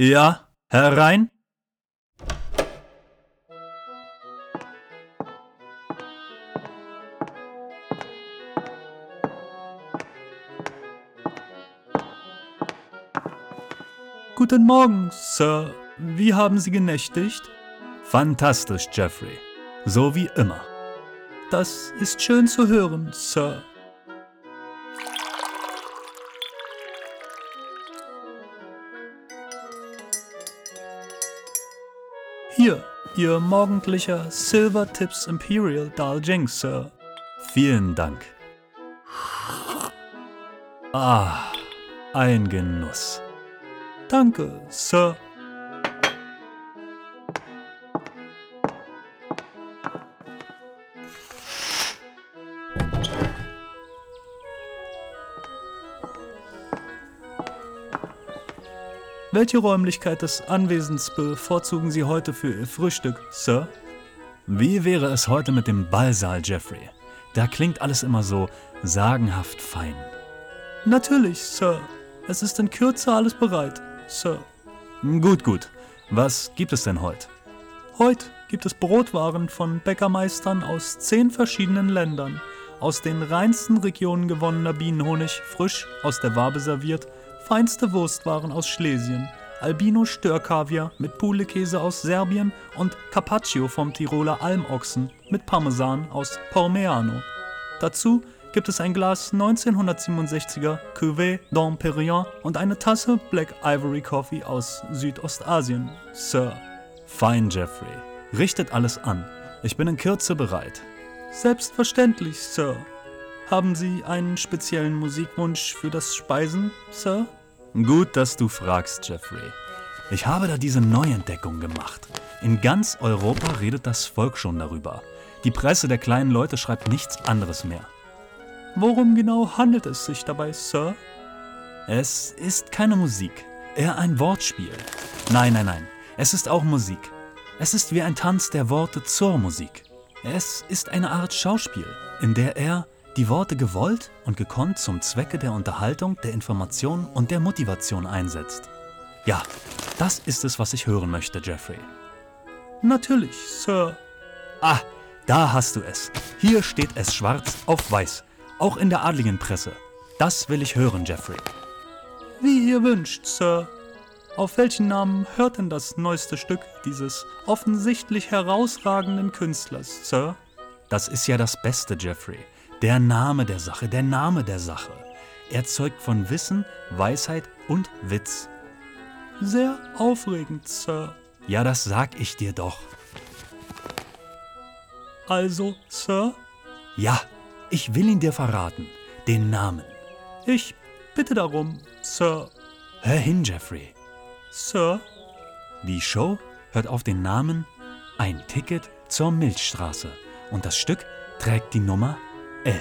Ja, herein? Guten Morgen, Sir. Wie haben Sie genächtigt? Fantastisch, Jeffrey. So wie immer. Das ist schön zu hören, Sir. Hier, Ihr morgendlicher Silver Tips Imperial Darjeeling, Sir. Vielen Dank. Ah, ein Genuss. Danke, Sir. Welche Räumlichkeit des Anwesens bevorzugen Sie heute für Ihr Frühstück, Sir? Wie wäre es heute mit dem Ballsaal, Jeffrey? Da klingt alles immer so sagenhaft fein. Natürlich, Sir. Es ist in Kürze alles bereit, Sir. Gut. Was gibt es denn heute? Heute gibt es Brotwaren von Bäckermeistern aus 10 verschiedenen Ländern. Aus den reinsten Regionen gewonnener Bienenhonig, frisch aus der Wabe serviert, feinste Wurstwaren aus Schlesien, Albino-Störkaviar mit Poulekäse aus Serbien und Carpaccio vom Tiroler Almochsen mit Parmesan aus Pormeano. Dazu gibt es ein Glas 1967er Cuvée Dom Perignon und eine Tasse Black Ivory Coffee aus Südostasien, Sir. Fein, Jeffrey. Richtet alles an. Ich bin in Kürze bereit. Selbstverständlich, Sir. Haben Sie einen speziellen Musikwunsch für das Speisen, Sir? Gut, dass du fragst, Jeffrey. Ich habe da diese Neuentdeckung gemacht. In ganz Europa redet das Volk schon darüber. Die Presse der kleinen Leute schreibt nichts anderes mehr. Worum genau handelt es sich dabei, Sir? Es ist keine Musik, eher ein Wortspiel. Nein. Es ist auch Musik. Es ist wie ein Tanz der Worte zur Musik. Es ist eine Art Schauspiel, in der er die Worte gewollt und gekonnt zum Zwecke der Unterhaltung, der Information und der Motivation einsetzt. Ja, das ist es, was ich hören möchte, Jeffrey. Natürlich, Sir. Ah, da hast du es. Hier steht es schwarz auf weiß. Auch in der adligen Presse. Das will ich hören, Jeffrey. Wie ihr wünscht, Sir. Auf welchen Namen hört denn das neueste Stück dieses offensichtlich herausragenden Künstlers, Sir? Das ist ja das Beste, Jeffrey. Der Name der Sache. Er zeugt von Wissen, Weisheit und Witz. Sehr aufregend, Sir. Ja, das sag ich dir doch. Also, Sir? Ja, ich will ihn dir verraten. Den Namen. Ich bitte darum, Sir. Hör hin, Jeffrey. Sir? Die Show hört auf den Namen Ein Ticket zur Milchstraße. Und das Stück trägt die Nummer 11.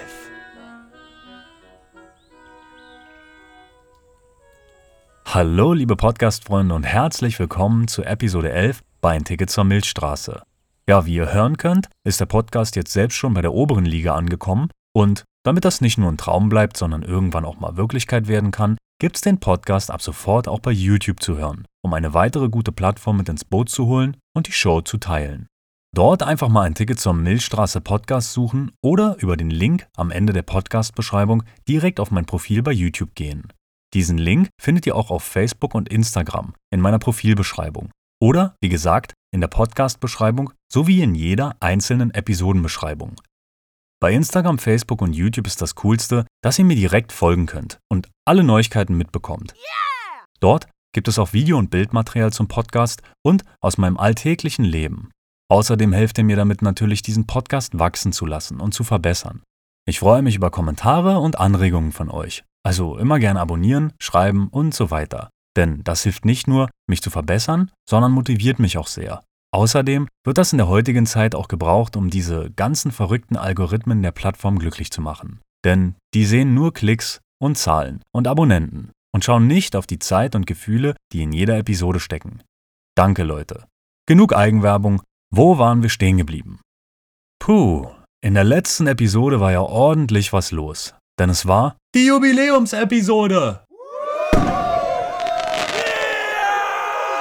Hallo liebe Podcast-Freunde und herzlich willkommen zu Episode 11 bei Ein Ticket zur Milchstraße. Ja, wie ihr hören könnt, ist der Podcast jetzt selbst schon bei der oberen Liga angekommen und damit das nicht nur ein Traum bleibt, sondern irgendwann auch mal Wirklichkeit werden kann, gibt's den Podcast ab sofort auch bei YouTube zu hören, um eine weitere gute Plattform mit ins Boot zu holen und die Show zu teilen. Dort einfach mal ein Ticket zur Milchstraße Podcast suchen oder über den Link am Ende der Podcast-Beschreibung direkt auf mein Profil bei YouTube gehen. Diesen Link findet ihr auch auf Facebook und Instagram in meiner Profilbeschreibung oder, wie gesagt, in der Podcast-Beschreibung sowie in jeder einzelnen Episodenbeschreibung. Bei Instagram, Facebook und YouTube ist das Coolste, dass ihr mir direkt folgen könnt und alle Neuigkeiten mitbekommt. Dort gibt es auch Video- und Bildmaterial zum Podcast und aus meinem alltäglichen Leben. Außerdem helft ihr mir damit natürlich, diesen Podcast wachsen zu lassen und zu verbessern. Ich freue mich über Kommentare und Anregungen von euch. Also immer gerne abonnieren, schreiben und so weiter. Denn das hilft nicht nur, mich zu verbessern, sondern motiviert mich auch sehr. Außerdem wird das in der heutigen Zeit auch gebraucht, um diese ganzen verrückten Algorithmen der Plattform glücklich zu machen. Denn die sehen nur Klicks und Zahlen und Abonnenten und schauen nicht auf die Zeit und Gefühle, die in jeder Episode stecken. Danke, Leute. Genug Eigenwerbung. Wo waren wir stehen geblieben? In der letzten Episode war ja ordentlich was los. Denn es war die Jubiläumsepisode.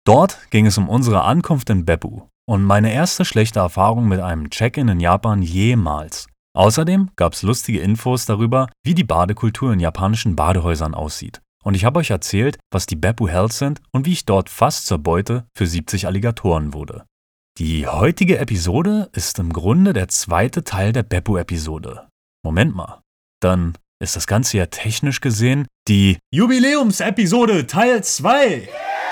Dort ging es um unsere Ankunft in Beppu und meine erste schlechte Erfahrung mit einem Check-in in Japan jemals. Außerdem gab es lustige Infos darüber, wie die Badekultur in japanischen Badehäusern aussieht. Und ich habe euch erzählt, was die Beppu Hells sind und wie ich dort fast zur Beute für 70 Alligatoren wurde. Die heutige Episode ist im Grunde der zweite Teil der Beppu-Episode. Moment mal, dann ist das Ganze ja technisch gesehen die Jubiläumsepisode Teil 2.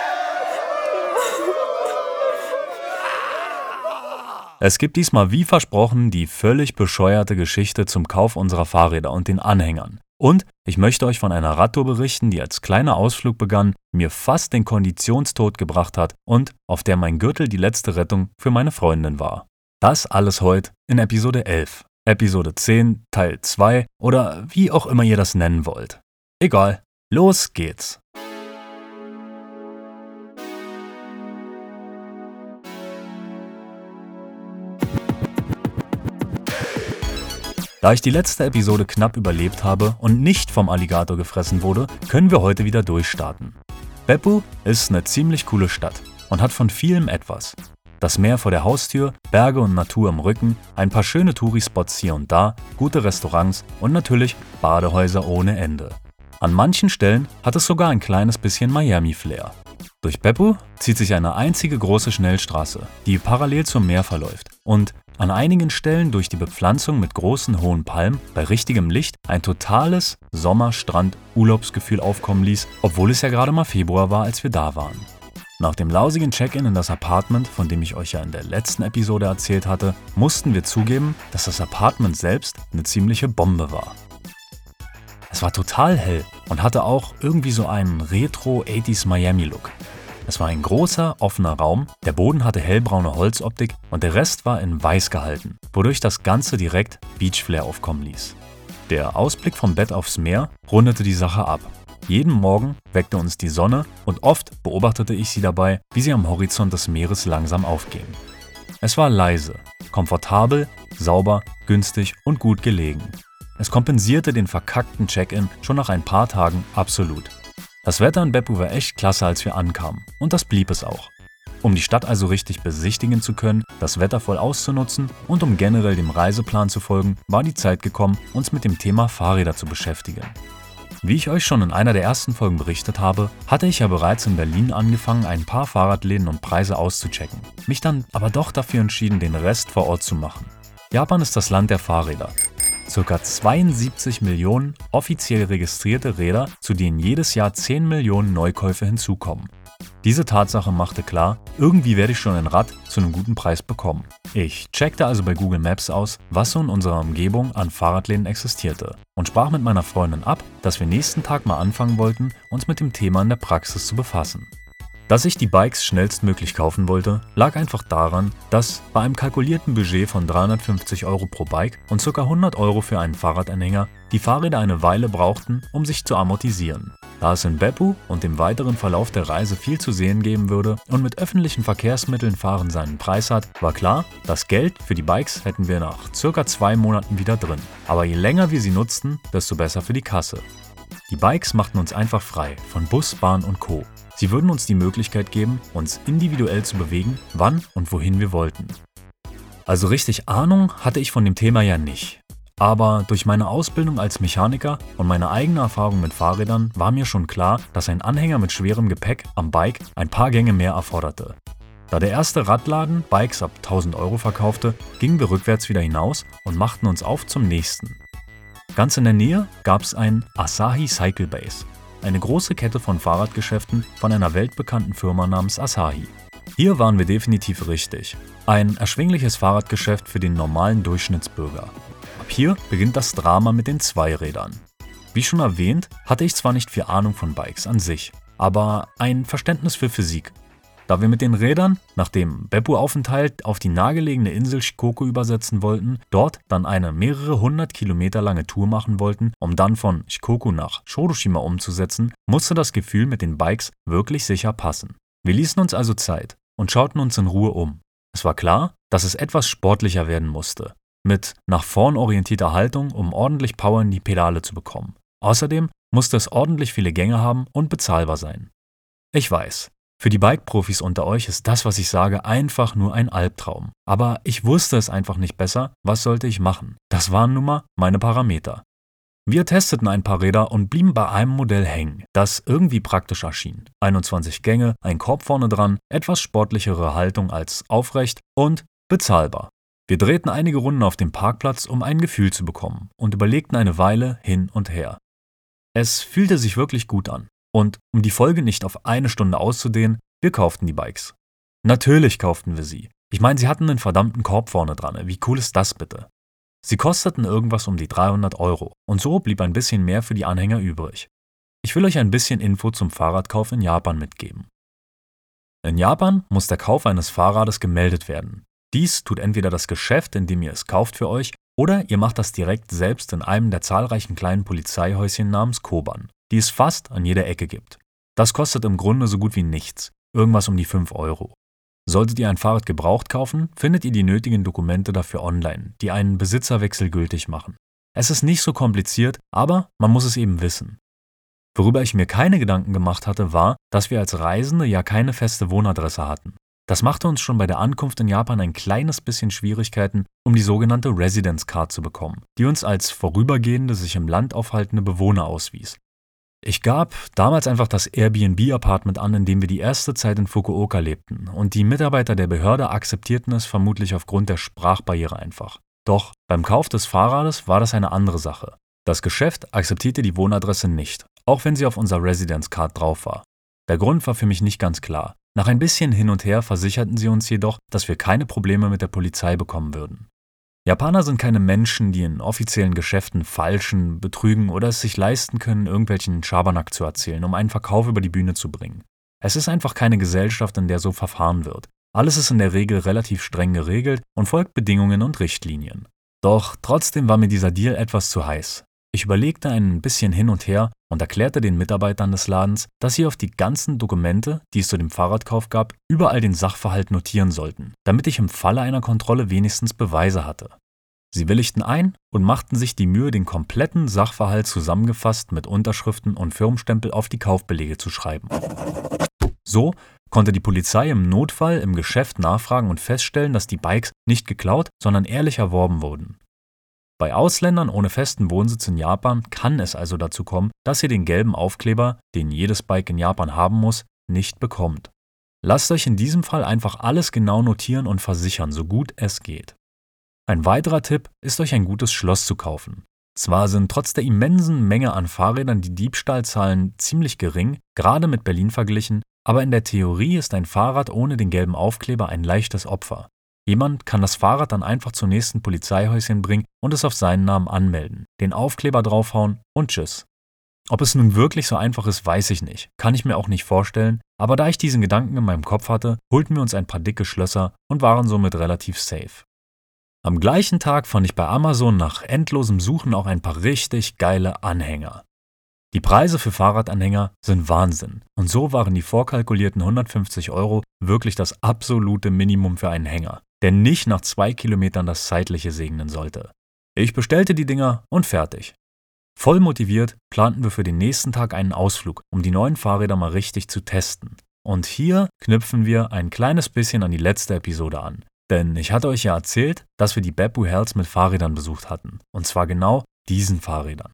Es gibt diesmal wie versprochen die völlig bescheuerte Geschichte zum Kauf unserer Fahrräder und den Anhängern. Und ich möchte euch von einer Radtour berichten, die als kleiner Ausflug begann, mir fast den Konditionstod gebracht hat und auf der mein Gürtel die letzte Rettung für meine Freundin war. Das alles heute in Episode 11, Episode 10, Teil 2 oder wie auch immer ihr das nennen wollt. Egal, los geht's! Da ich die letzte Episode knapp überlebt habe und nicht vom Alligator gefressen wurde, können wir heute wieder durchstarten. Beppu ist eine ziemlich coole Stadt und hat von vielem etwas. Das Meer vor der Haustür, Berge und Natur im Rücken, ein paar schöne Touri-Spots hier und da, gute Restaurants und natürlich Badehäuser ohne Ende. An manchen Stellen hat es sogar ein kleines bisschen Miami-Flair. Durch Beppu zieht sich eine einzige große Schnellstraße, die parallel zum Meer verläuft und an einigen Stellen durch die Bepflanzung mit großen hohen Palmen bei richtigem Licht ein totales Sommer-Strand-Urlaubsgefühl aufkommen ließ, obwohl es ja gerade mal Februar war, als wir da waren. Nach dem lausigen Check-in in das Apartment, von dem ich euch ja in der letzten Episode erzählt hatte, mussten wir zugeben, dass das Apartment selbst eine ziemliche Bombe war. Es war total hell und hatte auch irgendwie so einen Retro-80s Miami-Look. Es war ein großer, offener Raum, der Boden hatte hellbraune Holzoptik und der Rest war in weiß gehalten, wodurch das Ganze direkt Beach-Flair aufkommen ließ. Der Ausblick vom Bett aufs Meer rundete die Sache ab. Jeden Morgen weckte uns die Sonne und oft beobachtete ich sie dabei, wie sie am Horizont des Meeres langsam aufging. Es war leise, komfortabel, sauber, günstig und gut gelegen. Es kompensierte den verkackten Check-in schon nach ein paar Tagen absolut. Das Wetter in Beppu war echt klasse, als wir ankamen, und das blieb es auch. Um die Stadt also richtig besichtigen zu können, das Wetter voll auszunutzen und um generell dem Reiseplan zu folgen, war die Zeit gekommen, uns mit dem Thema Fahrräder zu beschäftigen. Wie ich euch schon in einer der ersten Folgen berichtet habe, hatte ich ja bereits in Berlin angefangen, ein paar Fahrradläden und Preise auszuchecken, mich dann aber doch dafür entschieden, den Rest vor Ort zu machen. Japan ist das Land der Fahrräder. Circa 72 Millionen offiziell registrierte Räder, zu denen jedes Jahr 10 Millionen Neukäufe hinzukommen. Diese Tatsache machte klar, irgendwie werde ich schon ein Rad zu einem guten Preis bekommen. Ich checkte also bei Google Maps aus, was so in unserer Umgebung an Fahrradläden existierte und sprach mit meiner Freundin ab, dass wir nächsten Tag mal anfangen wollten, uns mit dem Thema in der Praxis zu befassen. Dass ich die Bikes schnellstmöglich kaufen wollte, lag einfach daran, dass bei einem kalkulierten Budget von 350 € pro Bike und ca. 100 € für einen Fahrradanhänger die Fahrräder eine Weile brauchten, um sich zu amortisieren. Da es in Beppu und im weiteren Verlauf der Reise viel zu sehen geben würde und mit öffentlichen Verkehrsmitteln fahren seinen Preis hat, war klar, das Geld für die Bikes hätten wir nach ca. 2 Monaten wieder drin. Aber je länger wir sie nutzten, desto besser für die Kasse. Die Bikes machten uns einfach frei von Bus, Bahn und Co. Sie würden uns die Möglichkeit geben, uns individuell zu bewegen, wann und wohin wir wollten. Also richtig Ahnung hatte ich von dem Thema ja nicht. Aber durch meine Ausbildung als Mechaniker und meine eigene Erfahrung mit Fahrrädern war mir schon klar, dass ein Anhänger mit schwerem Gepäck am Bike ein paar Gänge mehr erforderte. Da der erste Radladen Bikes ab 1000 € verkaufte, gingen wir rückwärts wieder hinaus und machten uns auf zum nächsten. Ganz in der Nähe gab es ein Asahi Cycle Base, eine große Kette von Fahrradgeschäften von einer weltbekannten Firma namens Asahi. Hier waren wir definitiv richtig. Ein erschwingliches Fahrradgeschäft für den normalen Durchschnittsbürger. Ab hier beginnt das Drama mit den Zweirädern. Wie schon erwähnt, hatte ich zwar nicht viel Ahnung von Bikes an sich, aber ein Verständnis für Physik. Da wir mit den Rädern nach dem Beppu-Aufenthalt auf die nahegelegene Insel Shikoku übersetzen wollten, dort dann eine mehrere 100 Kilometer lange Tour machen wollten, um dann von Shikoku nach Shiroshima umzusetzen, musste das Gefühl mit den Bikes wirklich sicher passen. Wir ließen uns also Zeit und schauten uns in Ruhe um. Es war klar, dass es etwas sportlicher werden musste, mit nach vorn orientierter Haltung, um ordentlich Power in die Pedale zu bekommen. Außerdem musste es ordentlich viele Gänge haben und bezahlbar sein. Ich weiß, Für die Bike-Profis unter euch ist das, was ich sage, einfach nur ein Albtraum. Aber ich wusste es einfach nicht besser. Was sollte ich machen? Das waren nun mal meine Parameter. Wir testeten ein paar Räder und blieben bei einem Modell hängen, das irgendwie praktisch erschien. 21 Gänge, ein Korb vorne dran, etwas sportlichere Haltung als aufrecht und bezahlbar. Wir drehten einige Runden auf dem Parkplatz, um ein Gefühl zu bekommen und überlegten eine Weile hin und her. Es fühlte sich wirklich gut an. Und um die Folge nicht auf eine Stunde auszudehnen, wir kauften die Bikes. Natürlich kauften wir sie. Ich meine, sie hatten einen verdammten Korb vorne dran. Wie cool ist das bitte? Sie kosteten irgendwas um die 300 € und so blieb ein bisschen mehr für die Anhänger übrig. Ich will euch ein bisschen Info zum Fahrradkauf in Japan mitgeben. In Japan muss der Kauf eines Fahrrades gemeldet werden. Dies tut entweder das Geschäft, in dem ihr es kauft, für euch, oder ihr macht das direkt selbst in einem der zahlreichen kleinen Polizeihäuschen namens Koban, die es fast an jeder Ecke gibt. Das kostet im Grunde so gut wie nichts, irgendwas um die 5 €. Solltet ihr ein Fahrrad gebraucht kaufen, findet ihr die nötigen Dokumente dafür online, die einen Besitzerwechsel gültig machen. Es ist nicht so kompliziert, aber man muss es eben wissen. Worüber ich mir keine Gedanken gemacht hatte, war, dass wir als Reisende ja keine feste Wohnadresse hatten. Das machte uns schon bei der Ankunft in Japan ein kleines bisschen Schwierigkeiten, um die sogenannte Residence Card zu bekommen, die uns als vorübergehende, sich im Land aufhaltende Bewohner auswies. Ich gab damals einfach das Airbnb-Apartment an, in dem wir die erste Zeit in Fukuoka lebten, und die Mitarbeiter der Behörde akzeptierten es vermutlich aufgrund der Sprachbarriere einfach. Doch beim Kauf des Fahrrades war das eine andere Sache. Das Geschäft akzeptierte die Wohnadresse nicht, auch wenn sie auf unserer Residence Card drauf war. Der Grund war für mich nicht ganz klar. Nach ein bisschen hin und her versicherten sie uns jedoch, dass wir keine Probleme mit der Polizei bekommen würden. Japaner sind keine Menschen, die in offiziellen Geschäften falschen, betrügen oder es sich leisten können, irgendwelchen Schabernack zu erzählen, um einen Verkauf über die Bühne zu bringen. Es ist einfach keine Gesellschaft, in der so verfahren wird. Alles ist in der Regel relativ streng geregelt und folgt Bedingungen und Richtlinien. Doch trotzdem war mir dieser Deal etwas zu heiß. Ich überlegte ein bisschen hin und her und erklärte den Mitarbeitern des Ladens, dass sie auf die ganzen Dokumente, die es zu dem Fahrradkauf gab, überall den Sachverhalt notieren sollten, damit ich im Falle einer Kontrolle wenigstens Beweise hatte. Sie willigten ein und machten sich die Mühe, den kompletten Sachverhalt zusammengefasst mit Unterschriften und Firmenstempel auf die Kaufbelege zu schreiben. So konnte die Polizei im Notfall im Geschäft nachfragen und feststellen, dass die Bikes nicht geklaut, sondern ehrlich erworben wurden. Bei Ausländern ohne festen Wohnsitz in Japan kann es also dazu kommen, dass ihr den gelben Aufkleber, den jedes Bike in Japan haben muss, nicht bekommt. Lasst euch in diesem Fall einfach alles genau notieren und versichern, so gut es geht. Ein weiterer Tipp ist, euch ein gutes Schloss zu kaufen. Zwar sind trotz der immensen Menge an Fahrrädern die Diebstahlzahlen ziemlich gering, gerade mit Berlin verglichen, aber in der Theorie ist ein Fahrrad ohne den gelben Aufkleber ein leichtes Opfer. Jemand kann das Fahrrad dann einfach zum nächsten Polizeihäuschen bringen und es auf seinen Namen anmelden, den Aufkleber draufhauen und tschüss. Ob es nun wirklich so einfach ist, weiß ich nicht, kann ich mir auch nicht vorstellen, aber da ich diesen Gedanken in meinem Kopf hatte, holten wir uns ein paar dicke Schlösser und waren somit relativ safe. Am gleichen Tag fand ich bei Amazon nach endlosem Suchen auch ein paar richtig geile Anhänger. Die Preise für Fahrradanhänger sind Wahnsinn und so waren die vorkalkulierten 150 € wirklich das absolute Minimum für einen Hänger, der nicht nach 2 Kilometern das Zeitliche segnen sollte. Ich bestellte die Dinger und fertig. Voll motiviert planten wir für den nächsten Tag einen Ausflug, um die neuen Fahrräder mal richtig zu testen. Und hier knüpfen wir ein kleines bisschen an die letzte Episode an. Denn ich hatte euch ja erzählt, dass wir die Beppu Hells mit Fahrrädern besucht hatten. Und zwar genau diesen Fahrrädern.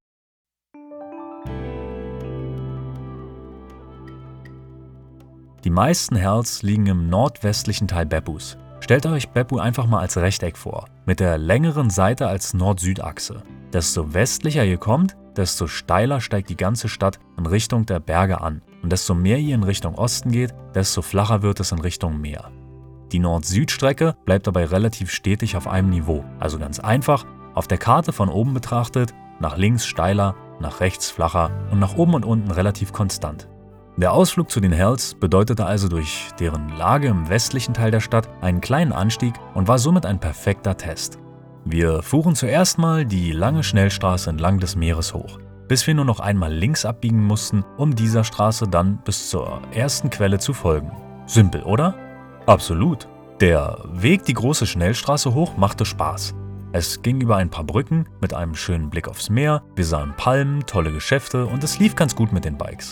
Die meisten Hells liegen im nordwestlichen Teil Beppus. Stellt euch Beppu einfach mal als Rechteck vor, mit der längeren Seite als Nord-Süd-Achse. Desto westlicher ihr kommt, desto steiler steigt die ganze Stadt in Richtung der Berge an. Und desto mehr ihr in Richtung Osten geht, desto flacher wird es in Richtung Meer. Die Nord-Süd-Strecke bleibt dabei relativ stetig auf einem Niveau. Also ganz einfach, auf der Karte von oben betrachtet, nach links steiler, nach rechts flacher und nach oben und unten relativ konstant. Der Ausflug zu den Hells bedeutete also durch deren Lage im westlichen Teil der Stadt einen kleinen Anstieg und war somit ein perfekter Test. Wir fuhren zuerst mal die lange Schnellstraße entlang des Meeres hoch, bis wir nur noch einmal links abbiegen mussten, um dieser Straße dann bis zur ersten Quelle zu folgen. Simpel, oder? Absolut. Der Weg die große Schnellstraße hoch machte Spaß. Es ging über ein paar Brücken mit einem schönen Blick aufs Meer, wir sahen Palmen, tolle Geschäfte und es lief ganz gut mit den Bikes.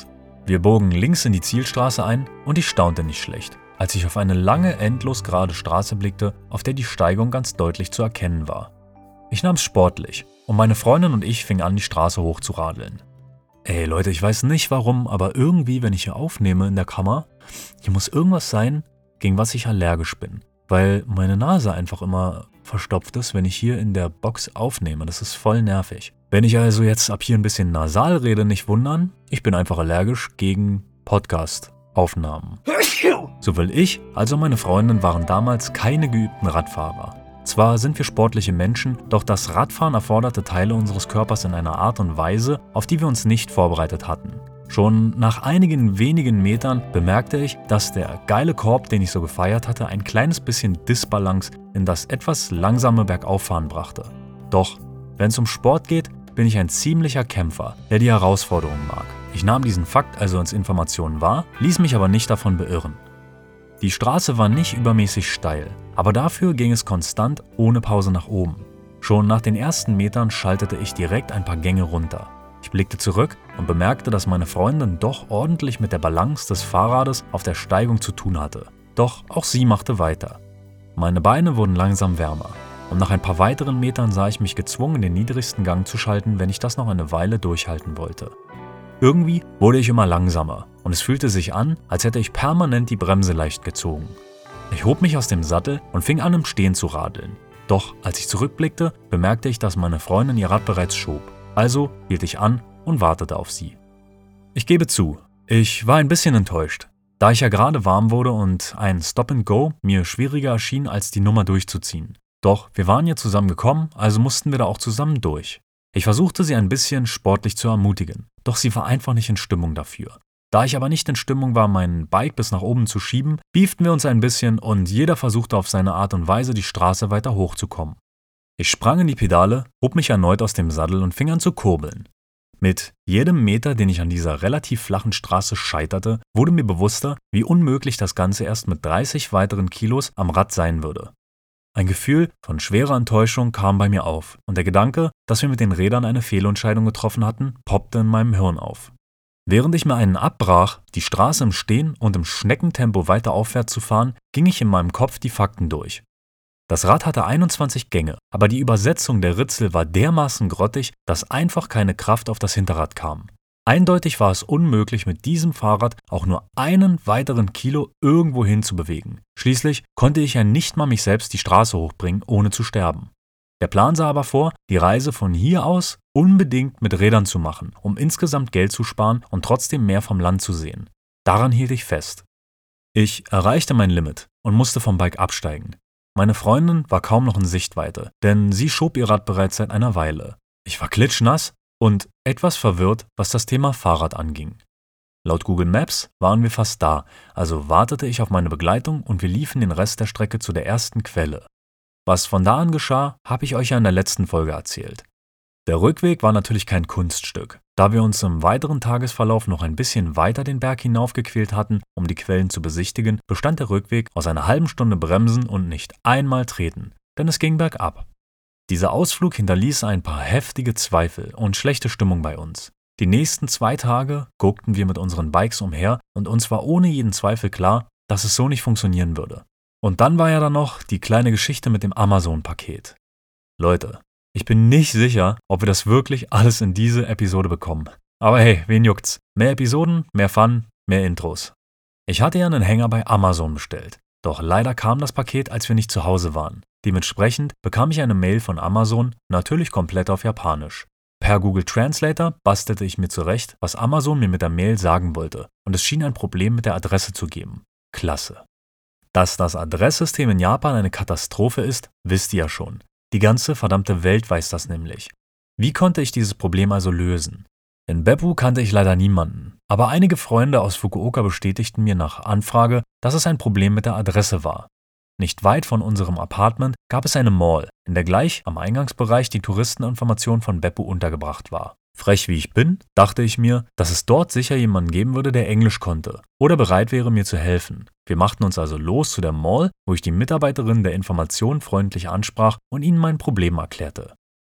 Wir bogen links in die Zielstraße ein und ich staunte nicht schlecht, als ich auf eine lange, endlos gerade Straße blickte, auf der die Steigung ganz deutlich zu erkennen war. Ich nahm es sportlich und meine Freundin und ich fingen an, die Straße hochzuradeln. Ey Leute, ich weiß nicht warum, aber irgendwie, wenn ich hier aufnehme in der Kammer, hier muss irgendwas sein, gegen was ich allergisch bin. Weil meine Nase einfach immer verstopft ist, wenn ich hier in der Box aufnehme. Das ist voll nervig. Wenn ich also jetzt ab hier ein bisschen nasal rede, nicht wundern, ich bin einfach allergisch gegen Podcast-Aufnahmen. Sowohl ich als auch meine Freundin waren damals keine geübten Radfahrer. Zwar sind wir sportliche Menschen, doch das Radfahren erforderte Teile unseres Körpers in einer Art und Weise, auf die wir uns nicht vorbereitet hatten. Schon nach einigen wenigen Metern bemerkte ich, dass der geile Korb, den ich so gefeiert hatte, ein kleines bisschen Disbalance in das etwas langsame Bergauffahren brachte. Doch, wenn es um Sport geht, bin ich ein ziemlicher Kämpfer, der die Herausforderung mag. Ich nahm diesen Fakt also als Information wahr, ließ mich aber nicht davon beirren. Die Straße war nicht übermäßig steil, aber dafür ging es konstant ohne Pause nach oben. Schon nach den ersten Metern schaltete ich direkt ein paar Gänge runter. Ich blickte zurück und bemerkte, dass meine Freundin doch ordentlich mit der Balance des Fahrrades auf der Steigung zu tun hatte. Doch auch sie machte weiter. Meine Beine wurden langsam wärmer und nach ein paar weiteren Metern sah ich mich gezwungen, den niedrigsten Gang zu schalten, wenn ich das noch eine Weile durchhalten wollte. Irgendwie wurde ich immer langsamer und es fühlte sich an, als hätte ich permanent die Bremse leicht gezogen. Ich hob mich aus dem Sattel und fing an, im Stehen zu radeln. Doch als ich zurückblickte, bemerkte ich, dass meine Freundin ihr Rad bereits schob. Also hielt ich an und wartete auf sie. Ich gebe zu, ich war ein bisschen enttäuscht, da ich ja gerade warm wurde und ein Stop and Go mir schwieriger erschien, als die Nummer durchzuziehen. Doch wir waren ja zusammen gekommen, also mussten wir da auch zusammen durch. Ich versuchte sie ein bisschen sportlich zu ermutigen, doch sie war einfach nicht in Stimmung dafür. Da ich aber nicht in Stimmung war, mein Bike bis nach oben zu schieben, beeften wir uns ein bisschen und jeder versuchte auf seine Art und Weise, die Straße weiter hochzukommen. Ich sprang in die Pedale, hob mich erneut aus dem Sattel und fing an zu kurbeln. Mit jedem Meter, den ich an dieser relativ flachen Straße scheiterte, wurde mir bewusster, wie unmöglich das Ganze erst mit 30 weiteren Kilos am Rad sein würde. Ein Gefühl von schwerer Enttäuschung kam bei mir auf und der Gedanke, dass wir mit den Rädern eine Fehlentscheidung getroffen hatten, poppte in meinem Hirn auf. Während ich mir einen abbrach, die Straße im Stehen und im Schneckentempo weiter aufwärts zu fahren, ging ich in meinem Kopf die Fakten durch. Das Rad hatte 21 Gänge, aber die Übersetzung der Ritzel war dermaßen grottig, dass einfach keine Kraft auf das Hinterrad kam. Eindeutig war es unmöglich, mit diesem Fahrrad auch nur einen weiteren Kilo irgendwo hin zu bewegen. Schließlich konnte ich ja nicht mal mich selbst die Straße hochbringen, ohne zu sterben. Der Plan sah aber vor, die Reise von hier aus unbedingt mit Rädern zu machen, um insgesamt Geld zu sparen und trotzdem mehr vom Land zu sehen. Daran hielt ich fest. Ich erreichte mein Limit und musste vom Bike absteigen. Meine Freundin war kaum noch in Sichtweite, denn sie schob ihr Rad bereits seit einer Weile. Ich war klitschnass und etwas verwirrt, was das Thema Fahrrad anging. Laut Google Maps waren wir fast da, also wartete ich auf meine Begleitung und wir liefen den Rest der Strecke zu der ersten Quelle. Was von da an geschah, habe ich euch ja in der letzten Folge erzählt. Der Rückweg war natürlich kein Kunststück, da wir uns im weiteren Tagesverlauf noch ein bisschen weiter den Berg hinaufgequält hatten, um die Quellen zu besichtigen, bestand der Rückweg aus einer halben Stunde Bremsen und nicht einmal Treten, denn es ging bergab. Dieser Ausflug hinterließ ein paar heftige Zweifel und schlechte Stimmung bei uns. Die nächsten 2 Tage guckten wir mit unseren Bikes umher und uns war ohne jeden Zweifel klar, dass es so nicht funktionieren würde. Und dann war ja da noch die kleine Geschichte mit dem Amazon-Paket. Leute, ich bin nicht sicher, ob wir das wirklich alles in diese Episode bekommen. Aber hey, wen juckt's? Mehr Episoden, mehr Fun, mehr Intros. Ich hatte ja einen Hänger bei Amazon bestellt. Doch leider kam das Paket, als wir nicht zu Hause waren. Dementsprechend bekam ich eine Mail von Amazon, natürlich komplett auf Japanisch. Per Google Translator bastelte ich mir zurecht, was Amazon mir mit der Mail sagen wollte. Und es schien ein Problem mit der Adresse zu geben. Klasse. Dass das Adresssystem in Japan eine Katastrophe ist, wisst ihr ja schon. Die ganze verdammte Welt weiß das nämlich. Wie konnte ich dieses Problem also lösen? In Beppu kannte ich leider niemanden, aber einige Freunde aus Fukuoka bestätigten mir nach Anfrage, dass es ein Problem mit der Adresse war. Nicht weit von unserem Apartment gab es eine Mall, in der gleich am Eingangsbereich die Touristeninformation von Beppu untergebracht war. Frech wie ich bin, dachte ich mir, dass es dort sicher jemanden geben würde, der Englisch konnte oder bereit wäre, mir zu helfen. Wir machten uns also los zu der Mall, wo ich die Mitarbeiterin der Information freundlich ansprach und ihnen mein Problem erklärte.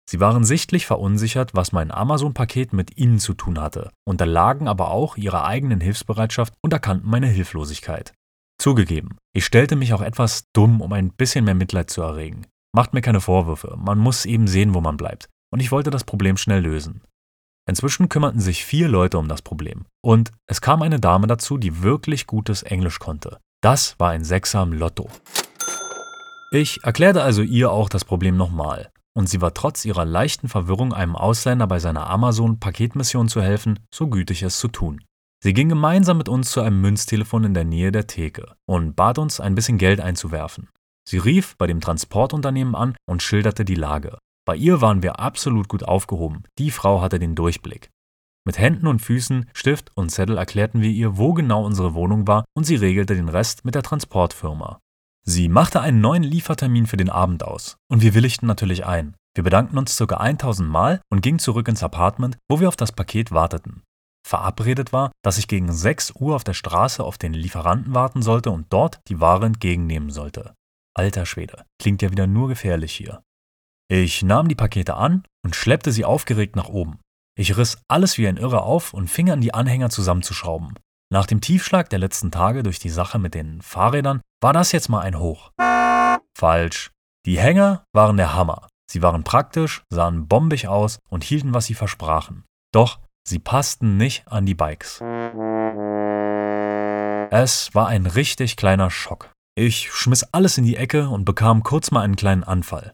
Sie waren sichtlich verunsichert, was mein Amazon-Paket mit ihnen zu tun hatte, unterlagen aber auch ihrer eigenen Hilfsbereitschaft und erkannten meine Hilflosigkeit. Zugegeben, ich stellte mich auch etwas dumm, um ein bisschen mehr Mitleid zu erregen. Macht mir keine Vorwürfe, man muss eben sehen, wo man bleibt. Und ich wollte das Problem schnell lösen. Inzwischen kümmerten sich 4 Leute um das Problem. Und es kam eine Dame dazu, die wirklich gutes Englisch konnte. Das war ein Sechser im Lotto. Ich erklärte also ihr auch das Problem nochmal. Und sie war trotz ihrer leichten Verwirrung, einem Ausländer bei seiner Amazon-Paketmission zu helfen, so gütig es zu tun. Sie ging gemeinsam mit uns zu einem Münztelefon in der Nähe der Theke und bat uns, ein bisschen Geld einzuwerfen. Sie rief bei dem Transportunternehmen an und schilderte die Lage. Bei ihr waren wir absolut gut aufgehoben, die Frau hatte den Durchblick. Mit Händen und Füßen, Stift und Zettel erklärten wir ihr, wo genau unsere Wohnung war und sie regelte den Rest mit der Transportfirma. Sie machte einen neuen Liefertermin für den Abend aus und wir willigten natürlich ein. Wir bedankten uns ca. 1000 Mal und gingen zurück ins Apartment, wo wir auf das Paket warteten. Verabredet war, dass ich gegen 6 Uhr auf der Straße auf den Lieferanten warten sollte und dort die Ware entgegennehmen sollte. Alter Schwede, klingt ja wieder nur gefährlich hier. Ich nahm die Pakete an und schleppte sie aufgeregt nach oben. Ich riss alles wie ein Irrer auf und fing an, die Anhänger zusammenzuschrauben. Nach dem Tiefschlag der letzten Tage durch die Sache mit den Fahrrädern war das jetzt mal ein Hoch. Falsch. Die Hänger waren der Hammer. Sie waren praktisch, sahen bombig aus und hielten, was sie versprachen. Doch sie passten nicht an die Bikes. Es war ein richtig kleiner Schock. Ich schmiss alles in die Ecke und bekam kurz mal einen kleinen Anfall.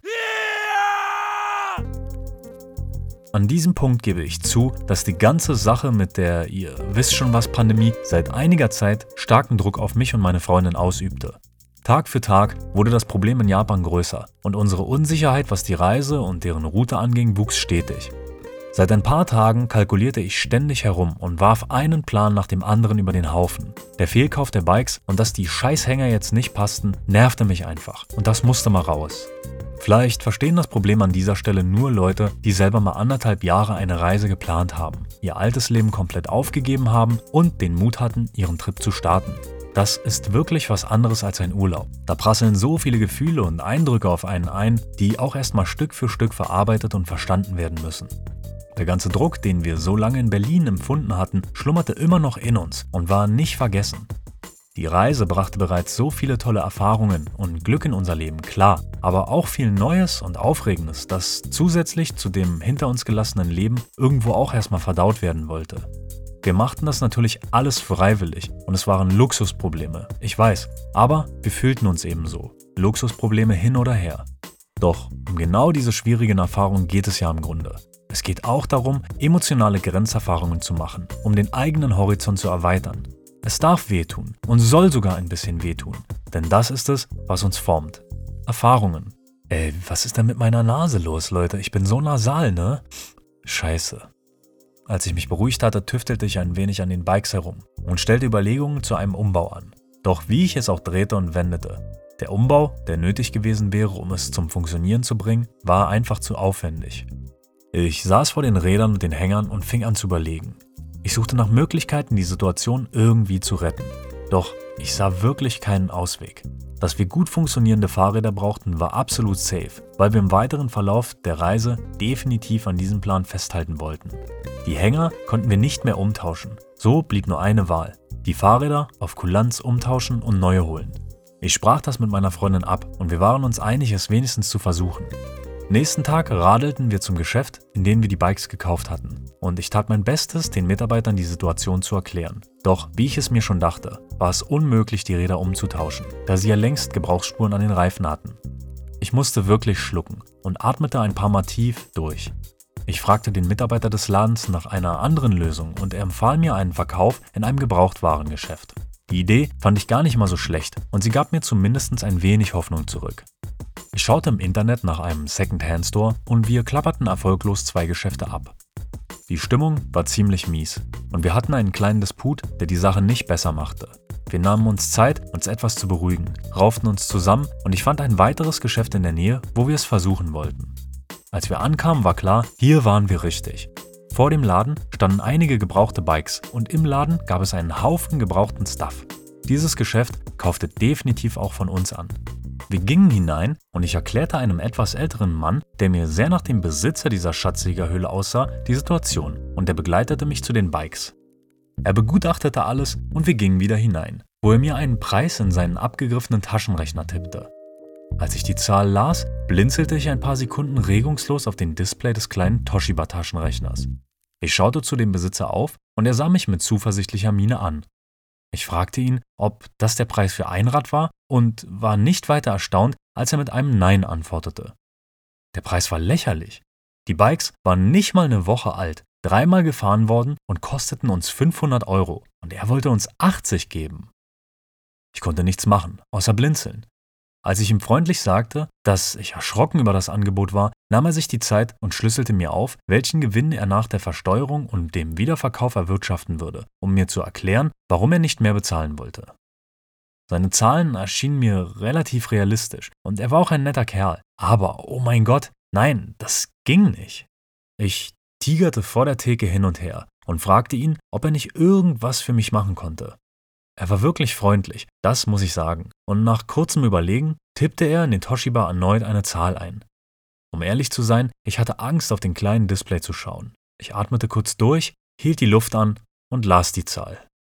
An diesem Punkt gebe ich zu, dass die ganze Sache mit der, ihr wisst schon was, Pandemie seit einiger Zeit starken Druck auf mich und meine Freundin ausübte. Tag für Tag wurde das Problem in Japan größer und unsere Unsicherheit, was die Reise und deren Route anging, wuchs stetig. Seit ein paar Tagen kalkulierte ich ständig herum und warf einen Plan nach dem anderen über den Haufen. Der Fehlkauf der Bikes und dass die Scheißhänger jetzt nicht passten, nervte mich einfach und das musste mal raus. Vielleicht verstehen das Problem an dieser Stelle nur Leute, die selber mal 1,5 Jahre eine Reise geplant haben, ihr altes Leben komplett aufgegeben haben und den Mut hatten, ihren Trip zu starten. Das ist wirklich was anderes als ein Urlaub. Da prasseln so viele Gefühle und Eindrücke auf einen ein, die auch erstmal Stück für Stück verarbeitet und verstanden werden müssen. Der ganze Druck, den wir so lange in Berlin empfunden hatten, schlummerte immer noch in uns und war nicht vergessen. Die Reise brachte bereits so viele tolle Erfahrungen und Glück in unser Leben, klar, aber auch viel Neues und Aufregendes, das zusätzlich zu dem hinter uns gelassenen Leben irgendwo auch erstmal verdaut werden wollte. Wir machten das natürlich alles freiwillig und es waren Luxusprobleme, ich weiß, aber wir fühlten uns ebenso. Luxusprobleme hin oder her. Doch um genau diese schwierigen Erfahrungen geht es ja im Grunde. Es geht auch darum, emotionale Grenzerfahrungen zu machen, um den eigenen Horizont zu erweitern. Es darf wehtun und soll sogar ein bisschen wehtun, denn das ist es, was uns formt. Erfahrungen. Was ist denn mit meiner Nase los, Leute? Ich bin so nasal, ne? Scheiße. Als ich mich beruhigt hatte, tüftelte ich ein wenig an den Bikes herum und stellte Überlegungen zu einem Umbau an. Doch wie ich es auch drehte und wendete, der Umbau, der nötig gewesen wäre, um es zum Funktionieren zu bringen, war einfach zu aufwendig. Ich saß vor den Rädern und den Hängern und fing an zu überlegen. Ich suchte nach Möglichkeiten, die Situation irgendwie zu retten. Doch ich sah wirklich keinen Ausweg. Dass wir gut funktionierende Fahrräder brauchten, war absolut safe, weil wir im weiteren Verlauf der Reise definitiv an diesem Plan festhalten wollten. Die Hänger konnten wir nicht mehr umtauschen. So blieb nur eine Wahl. Die Fahrräder auf Kulanz umtauschen und neue holen. Ich sprach das mit meiner Freundin ab und wir waren uns einig, es wenigstens zu versuchen. Nächsten Tag radelten wir zum Geschäft, in dem wir die Bikes gekauft hatten. Und ich tat mein Bestes, den Mitarbeitern die Situation zu erklären. Doch, wie ich es mir schon dachte, war es unmöglich, die Räder umzutauschen, da sie ja längst Gebrauchsspuren an den Reifen hatten. Ich musste wirklich schlucken und atmete ein paar Mal tief durch. Ich fragte den Mitarbeiter des Ladens nach einer anderen Lösung und er empfahl mir einen Verkauf in einem Gebrauchtwarengeschäft. Die Idee fand ich gar nicht mal so schlecht und sie gab mir zumindest ein wenig Hoffnung zurück. Ich schaute im Internet nach einem Second-Hand-Store und wir klapperten erfolglos 2 Geschäfte ab. Die Stimmung war ziemlich mies und wir hatten einen kleinen Disput, der die Sache nicht besser machte. Wir nahmen uns Zeit, uns etwas zu beruhigen, rauften uns zusammen und ich fand ein weiteres Geschäft in der Nähe, wo wir es versuchen wollten. Als wir ankamen, war klar, hier waren wir richtig. Vor dem Laden standen einige gebrauchte Bikes und im Laden gab es einen Haufen gebrauchten Stuff. Dieses Geschäft kaufte definitiv auch von uns an. Wir gingen hinein und ich erklärte einem etwas älteren Mann, der mir sehr nach dem Besitzer dieser Schatzjägerhöhle aussah, die Situation, und er begleitete mich zu den Bikes. Er begutachtete alles und wir gingen wieder hinein, wo er mir einen Preis in seinen abgegriffenen Taschenrechner tippte. Als ich die Zahl las, blinzelte ich ein paar Sekunden regungslos auf den Display des kleinen Toshiba-Taschenrechners. Ich schaute zu dem Besitzer auf und er sah mich mit zuversichtlicher Miene an. Ich fragte ihn, ob das der Preis für ein Rad war und war nicht weiter erstaunt, als er mit einem Nein antwortete. Der Preis war lächerlich. Die Bikes waren nicht mal eine Woche alt, 3-mal gefahren worden und kosteten uns 500 € und er wollte uns 80 geben. Ich konnte nichts machen, außer blinzeln. Als ich ihm freundlich sagte, dass ich erschrocken über das Angebot war, nahm er sich die Zeit und schlüsselte mir auf, welchen Gewinn er nach der Versteuerung und dem Wiederverkauf erwirtschaften würde, um mir zu erklären, warum er nicht mehr bezahlen wollte. Seine Zahlen erschienen mir relativ realistisch und er war auch ein netter Kerl. Aber, oh mein Gott, nein, das ging nicht. Ich tigerte vor der Theke hin und her und fragte ihn, ob er nicht irgendwas für mich machen konnte. Er war wirklich freundlich, das muss ich sagen, und nach kurzem Überlegen tippte er in den Toshiba erneut eine Zahl ein. Um ehrlich zu sein, ich hatte Angst, auf den kleinen Display zu schauen. Ich atmete kurz durch, hielt die Luft an und las die Zahl.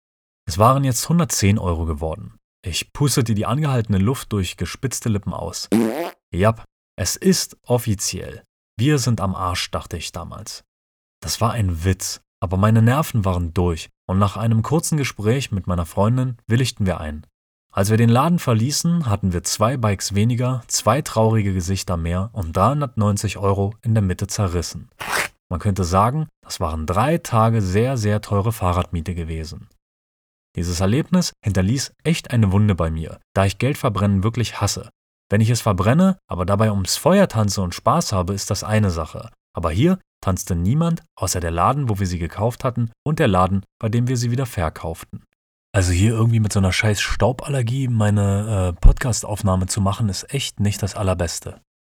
Es waren jetzt 110 € geworden. Ich pustete die angehaltene Luft durch gespitzte Lippen aus. Jap, es ist offiziell. Wir sind am Arsch, dachte ich damals. Das war ein Witz, aber meine Nerven waren durch und nach einem kurzen Gespräch mit meiner Freundin willigten wir ein. Als wir den Laden verließen, hatten wir 2 Bikes weniger, 2 traurige Gesichter mehr und 390 € in der Mitte zerrissen. Man könnte sagen, das waren 3 Tage sehr, sehr teure Fahrradmiete gewesen. Dieses Erlebnis hinterließ echt eine Wunde bei mir, da ich Geldverbrennen wirklich hasse. Wenn ich es verbrenne, aber dabei ums Feuer tanze und Spaß habe, ist das eine Sache. Aber hier tanzte niemand, außer der Laden, wo wir sie gekauft hatten, und der Laden, bei dem wir sie wieder verkauften. Also hier irgendwie mit so einer scheiß Stauballergie meine Podcast-Aufnahme zu machen, ist echt nicht das Allerbeste.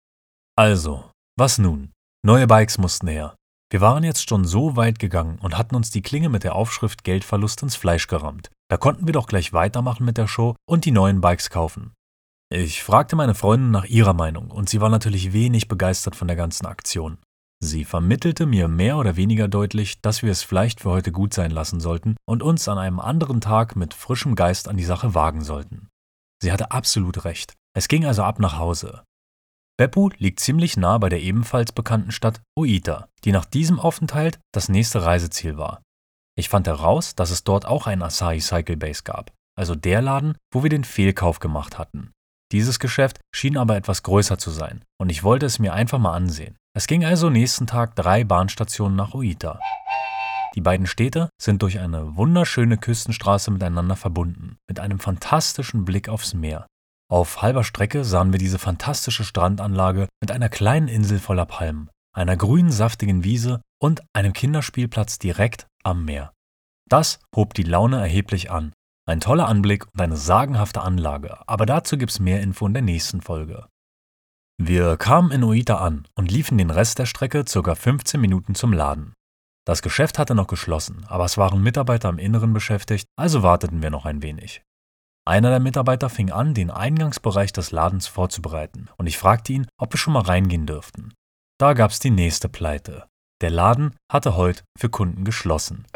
Also, was nun? Neue Bikes mussten her. Wir waren jetzt schon so weit gegangen und hatten uns die Klinge mit der Aufschrift Geldverlust ins Fleisch gerammt. Da konnten wir doch gleich weitermachen mit der Show und die neuen Bikes kaufen. Ich fragte meine Freundin nach ihrer Meinung und sie war natürlich wenig begeistert von der ganzen Aktion. Sie vermittelte mir mehr oder weniger deutlich, dass wir es vielleicht für heute gut sein lassen sollten und uns an einem anderen Tag mit frischem Geist an die Sache wagen sollten. Sie hatte absolut recht. Es ging also ab nach Hause. Beppu liegt ziemlich nah bei der ebenfalls bekannten Stadt Oita, die nach diesem Aufenthalt das nächste Reiseziel war. Ich fand heraus, dass es dort auch einen Asahi Cycle Base gab, also der Laden, wo wir den Fehlkauf gemacht hatten. Dieses Geschäft schien aber etwas größer zu sein und ich wollte es mir einfach mal ansehen. Es ging also nächsten Tag 3 Bahnstationen nach Oita. Die beiden Städte sind durch eine wunderschöne Küstenstraße miteinander verbunden, mit einem fantastischen Blick aufs Meer. Auf halber Strecke sahen wir diese fantastische Strandanlage mit einer kleinen Insel voller Palmen, einer grünen, saftigen Wiese und einem Kinderspielplatz direkt am Meer. Das hob die Laune erheblich an. Ein toller Anblick und eine sagenhafte Anlage, aber dazu gibt's mehr Info in der nächsten Folge. Wir kamen in Oita an und liefen den Rest der Strecke ca. 15 Minuten zum Laden. Das Geschäft hatte noch geschlossen, aber es waren Mitarbeiter im Inneren beschäftigt, also warteten wir noch ein wenig. Einer der Mitarbeiter fing an, den Eingangsbereich des Ladens vorzubereiten und ich fragte ihn, ob wir schon mal reingehen dürften. Da gab's die nächste Pleite. Der Laden hatte heute für Kunden geschlossen.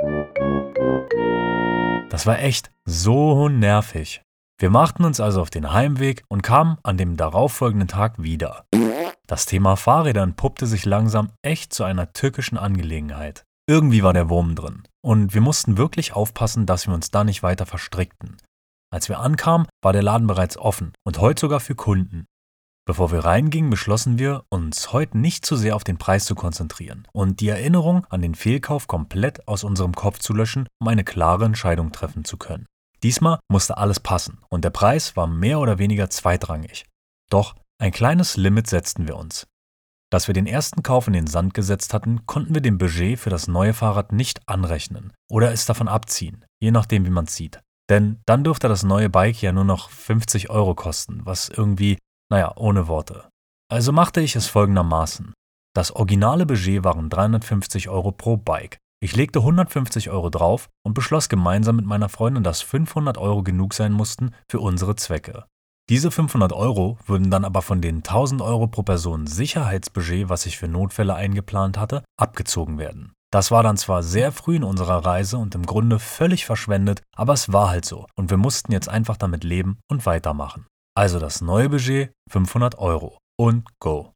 Das war echt so nervig. Wir machten uns also auf den Heimweg und kamen an dem darauffolgenden Tag wieder. Das Thema Fahrräder entpuppte sich langsam echt zu einer tückischen Angelegenheit. Irgendwie war der Wurm drin und wir mussten wirklich aufpassen, dass wir uns da nicht weiter verstrickten. Als wir ankamen, war der Laden bereits offen und heute sogar für Kunden. Bevor wir reingingen, beschlossen wir, uns heute nicht zu sehr auf den Preis zu konzentrieren und die Erinnerung an den Fehlkauf komplett aus unserem Kopf zu löschen, um eine klare Entscheidung treffen zu können. Diesmal musste alles passen und der Preis war mehr oder weniger zweitrangig. Doch ein kleines Limit setzten wir uns. Dass wir den ersten Kauf in den Sand gesetzt hatten, konnten wir dem Budget für das neue Fahrrad nicht anrechnen oder es davon abziehen, je nachdem wie man es sieht. Denn dann dürfte das neue Bike ja nur noch 50 € kosten, was irgendwie, ohne Worte. Also machte ich es folgendermaßen. Das originale Budget waren 350 € pro Bike. Ich legte 150 € drauf und beschloss gemeinsam mit meiner Freundin, dass 500 € genug sein mussten für unsere Zwecke. Diese 500 € würden dann aber von den 1000 € pro Person Sicherheitsbudget, was ich für Notfälle eingeplant hatte, abgezogen werden. Das war dann zwar sehr früh in unserer Reise und im Grunde völlig verschwendet, aber es war halt so und wir mussten jetzt einfach damit leben und weitermachen. Also das neue Budget 500 € und go.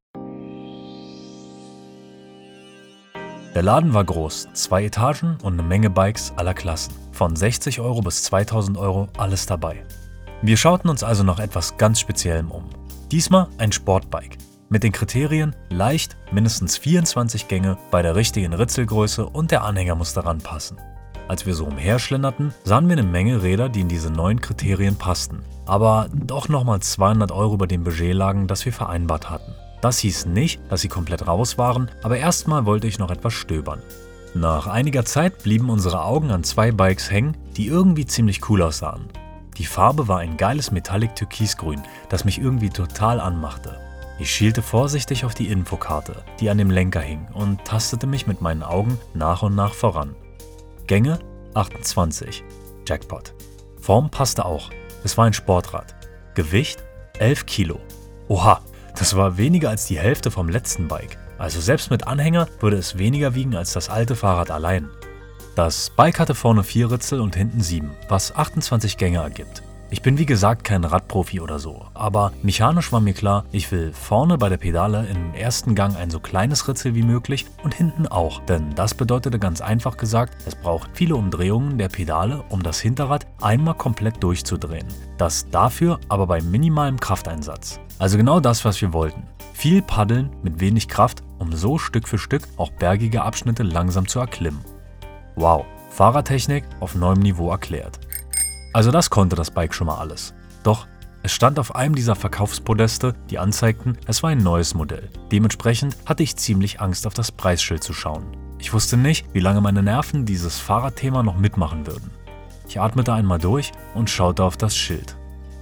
Der Laden war groß, 2 Etagen und eine Menge Bikes aller Klassen. Von 60 € bis 2000 € alles dabei. Wir schauten uns also nach etwas ganz Speziellem um. Diesmal ein Sportbike. Mit den Kriterien leicht, mindestens 24 Gänge, bei der richtigen Ritzelgröße und der Anhänger muss daran passen. Als wir so umherschlenderten, sahen wir eine Menge Räder, die in diese neuen Kriterien passten, aber doch nochmal 200 € über dem Budget lagen, das wir vereinbart hatten. Das hieß nicht, dass sie komplett raus waren, aber erstmal wollte ich noch etwas stöbern. Nach einiger Zeit blieben unsere Augen an 2 Bikes hängen, die irgendwie ziemlich cool aussahen. Die Farbe war ein geiles Metallic-Türkisgrün, das mich irgendwie total anmachte. Ich schielte vorsichtig auf die Infokarte, die an dem Lenker hing, und tastete mich mit meinen Augen nach und nach voran. Gänge 28. Jackpot. Form passte auch. Es war ein Sportrad. Gewicht 11 Kilo. Oha, das war weniger als die Hälfte vom letzten Bike. Also selbst mit Anhänger würde es weniger wiegen als das alte Fahrrad allein. Das Bike hatte vorne 4 Ritzel und hinten 7, was 28 Gänge ergibt. Ich bin wie gesagt kein Radprofi oder so, aber mechanisch war mir klar, ich will vorne bei der Pedale im ersten Gang ein so kleines Ritzel wie möglich und hinten auch, denn das bedeutete ganz einfach gesagt, es braucht viele Umdrehungen der Pedale, um das Hinterrad einmal komplett durchzudrehen. Das dafür aber bei minimalem Krafteinsatz. Also genau das, was wir wollten. Viel paddeln mit wenig Kraft, um so Stück für Stück auch bergige Abschnitte langsam zu erklimmen. Wow, Fahrertechnik auf neuem Niveau erklärt. Also das konnte das Bike schon mal alles. Doch es stand auf einem dieser Verkaufspodeste, die anzeigten, es war ein neues Modell. Dementsprechend hatte ich ziemlich Angst, auf das Preisschild zu schauen. Ich wusste nicht, wie lange meine Nerven dieses Fahrradthema noch mitmachen würden. Ich atmete einmal durch und schaute auf das Schild.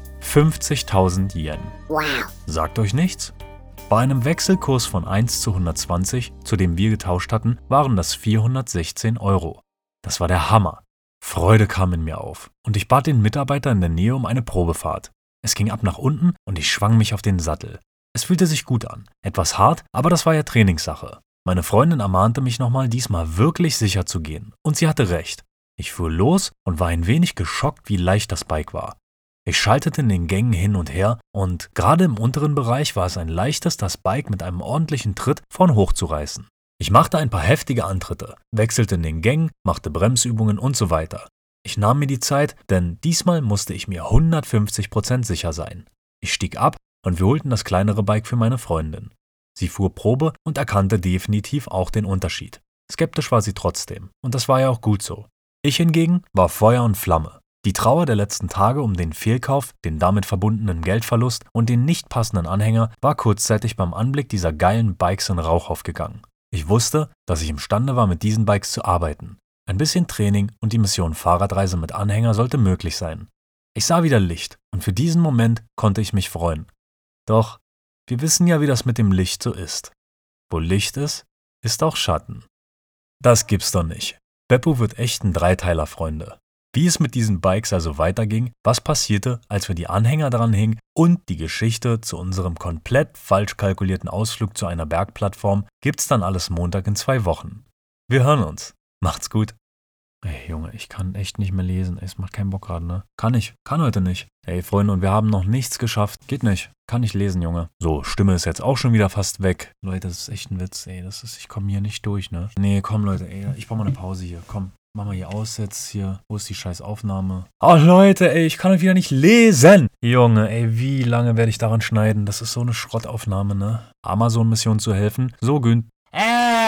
50.000 Yen. Wow. Sagt euch nichts? Bei einem Wechselkurs von 1 zu 120, zu dem wir getauscht hatten, waren das 416 €. Das war der Hammer. Freude kam in mir auf und ich bat den Mitarbeiter in der Nähe um eine Probefahrt. Es ging ab nach unten und ich schwang mich auf den Sattel. Es fühlte sich gut an. Etwas hart, aber das war ja Trainingssache. Meine Freundin ermahnte mich nochmal, diesmal wirklich sicher zu gehen. Und sie hatte recht. Ich fuhr los und war ein wenig geschockt, wie leicht das Bike war. Ich schaltete in den Gängen hin und her und gerade im unteren Bereich war es ein leichtes, das Bike mit einem ordentlichen Tritt vorn hochzureißen. Ich machte ein paar heftige Antritte, wechselte in den Gängen, machte Bremsübungen und so weiter. Ich nahm mir die Zeit, denn diesmal musste ich mir 150% sicher sein. Ich stieg ab und wir holten das kleinere Bike für meine Freundin. Sie fuhr Probe und erkannte definitiv auch den Unterschied. Skeptisch war sie trotzdem und das war ja auch gut so. Ich hingegen war Feuer und Flamme. Die Trauer der letzten Tage um den Fehlkauf, den damit verbundenen Geldverlust und den nicht passenden Anhänger war kurzzeitig beim Anblick dieser geilen Bikes in Rauch aufgegangen. Ich wusste, dass ich imstande war, mit diesen Bikes zu arbeiten. Ein bisschen Training und die Mission Fahrradreise mit Anhänger sollte möglich sein. Ich sah wieder Licht und für diesen Moment konnte ich mich freuen. Doch wir wissen ja, wie das mit dem Licht so ist. Wo Licht ist, ist auch Schatten. Das gibt's doch nicht. Beppu wird echt ein Dreiteiler, Freunde. Wie es mit diesen Bikes also weiterging, was passierte, als wir die Anhänger dran hingen und die Geschichte zu unserem komplett falsch kalkulierten Ausflug zu einer Bergplattform, gibt's dann alles Montag in 2 Wochen. Wir hören uns. Macht's gut. Ey, Junge, ich kann echt nicht mehr lesen. Es macht keinen Bock gerade, ne? Kann heute nicht. Ey, Freunde, und wir haben noch nichts geschafft. Geht nicht. Kann nicht lesen, Junge. So, Stimme ist jetzt auch schon wieder fast weg. Leute, das ist echt ein Witz, ey. Ich komme hier nicht durch, ne? Nee, komm, Leute, ey. Ich brauche mal eine Pause hier. Komm. Mach mal hier aus jetzt hier. Wo ist die scheiß Aufnahme? Oh Leute, ey, ich kann heute wieder nicht lesen. Junge, ey, wie lange werde ich daran schneiden? Das ist so eine Schrottaufnahme, ne? Amazon-Mission zu helfen. So, Gün.